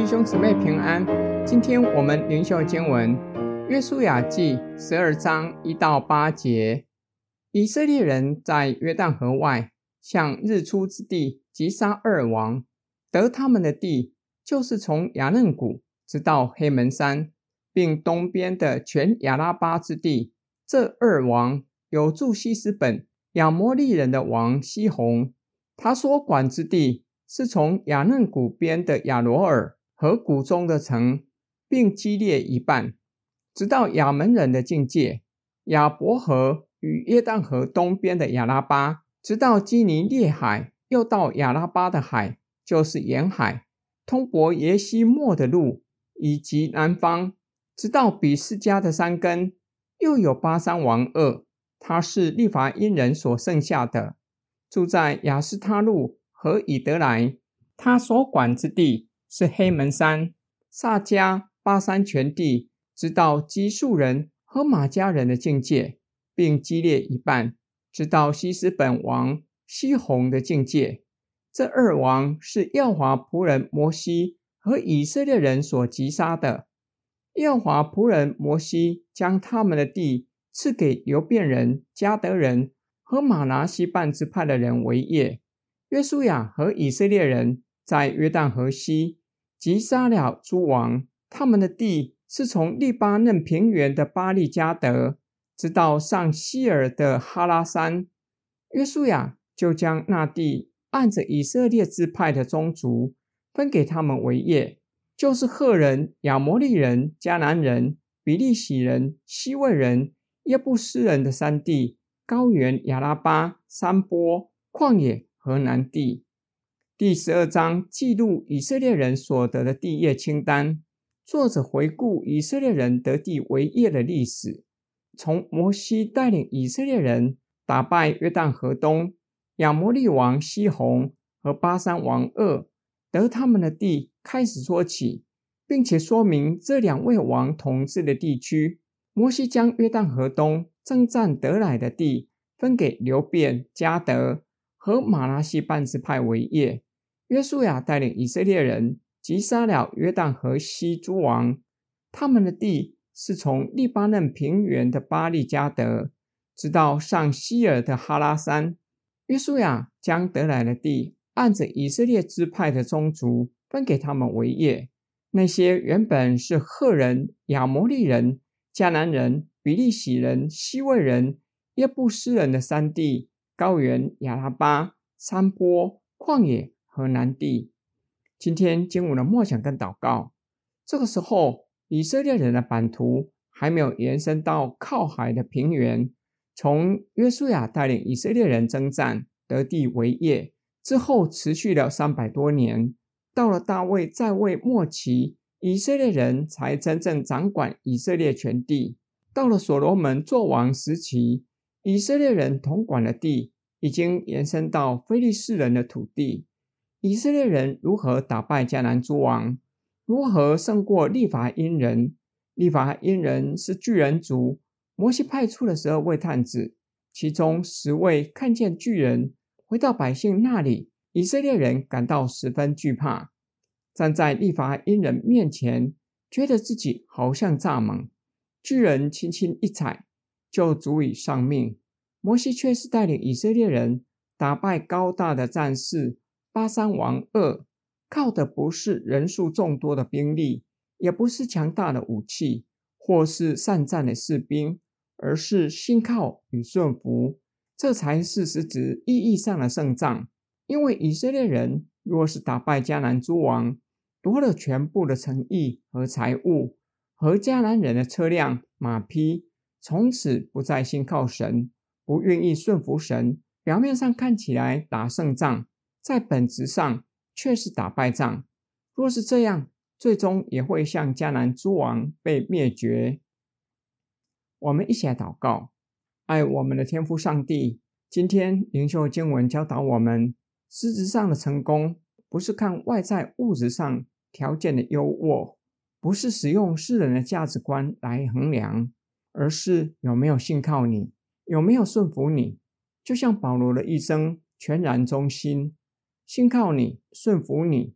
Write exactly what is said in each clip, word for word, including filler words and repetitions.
兄姊妹平安。今天我们灵修经文约书亚记十二章一到八节。以色列人在约旦河外向日出之地击杀二王，得他们的地就是从亚嫩谷直到黑门山，并东边的全亚拉巴之地。这二王有住西斯本亚摩利人的王西宏，他所管之地是从亚嫩谷边的亚罗尔和谷中的城，并基列一半，直到亚门人的境界，亚伯河与约旦河东边的亚拉巴，直到基尼列海，又到亚拉巴的海，就是沿海，通伯耶西末的路，以及南方，直到比斯迦的山根。又有巴珊王噩，他是利乏音人所剩下的，住在亚斯他路和以德莱，他所管之地是黑门山、撒迦、巴珊全地，直到基述人和马加人的境界，并基列一半，直到西斯本王西宏的境界。这二王是耶和华仆人摩西和以色列人所击杀的。耶和华仆人摩西将他们的地赐给流便人、迦得人和玛拿西半支派的人为业。约书亚和以色列人在约旦河西击杀了诸王，他们的地是从利巴嫩平原的巴利迦得，直到上希尔的哈拉山。约书亚就将那地按着以色列支派的宗族分给他们为业，就是赫人、亚摩利人、迦南人、比利洗人、希未人、耶布斯人的山地、高原、亚拉巴、山坡、旷野和南地。第十二章记录以色列人所得的地业清单，作者回顾以色列人得地为业的历史，从摩西带领以色列人打败约旦河东亚摩利王西宏和巴珊王噩，得他们的地开始说起，并且说明这两位王统治的地区。摩西将约旦河东征战得来的地分给流便、迦得和玛拿西半支派为业。约书亚带领以色列人击杀了约旦河西诸王，他们的地是从利巴嫩平原的巴利迦得，直到上希尔的哈拉山。约书亚将得来的地按着以色列支派的宗族分给他们为业。那些原本是赫人、亚摩利人、迦南人、比利洗人、希未人、耶布斯人的山地、高原、亚拉巴、山坡、旷野和南地。今天经文的默想跟祷告，这个时候以色列人的版图还没有延伸到靠海的平原。从约书亚带领以色列人征战得地为业之后，持续了三百多年，到了大卫在位末期，以色列人才真正掌管以色列全地。到了所罗门作王时期，以色列人统管的地已经延伸到非利士人的土地。以色列人如何打败迦南诸王，如何胜过利乏音人。利乏音人是巨人族，摩西派出了十二位探子，其中十位看见巨人，回到百姓那里，以色列人感到十分惧怕，站在利乏音人面前，觉得自己好像蚱蜢，巨人轻轻一踩就足以丧命。摩西却是带领以色列人打败高大的战士巴珊王噩，靠的不是人数众多的兵力，也不是强大的武器或是善战的士兵，而是信靠与顺服，这才是实质意义上的胜仗。因为以色列人若是打败迦南诸王，夺了全部的城邑和财物，和迦南人的车辆、马匹，从此不再信靠神，不愿意顺服神，表面上看起来打胜仗，在本质上却是打败仗。若是这样，最终也会像迦南诸王被灭绝。我们一起来祷告。爱我们的天父上帝，今天灵修经文教导我们，实质上的成功不是看外在物质上条件的优渥，不是使用世人的价值观来衡量，而是有没有信靠你，有没有顺服你。就像保罗的一生全然忠心，信靠你，顺服你，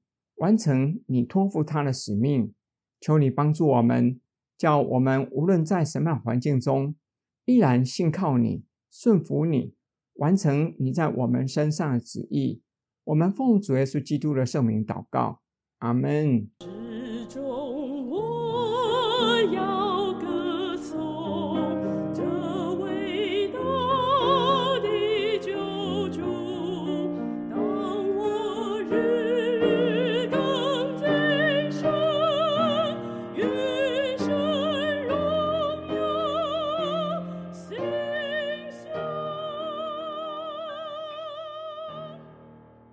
完成你托付他的使命。求你帮助我们，叫我们无论在什么样的环境中，依然信靠你，顺服你，完成你在我们身上的旨意。我们奉主耶稣基督的圣名祷告，阿们。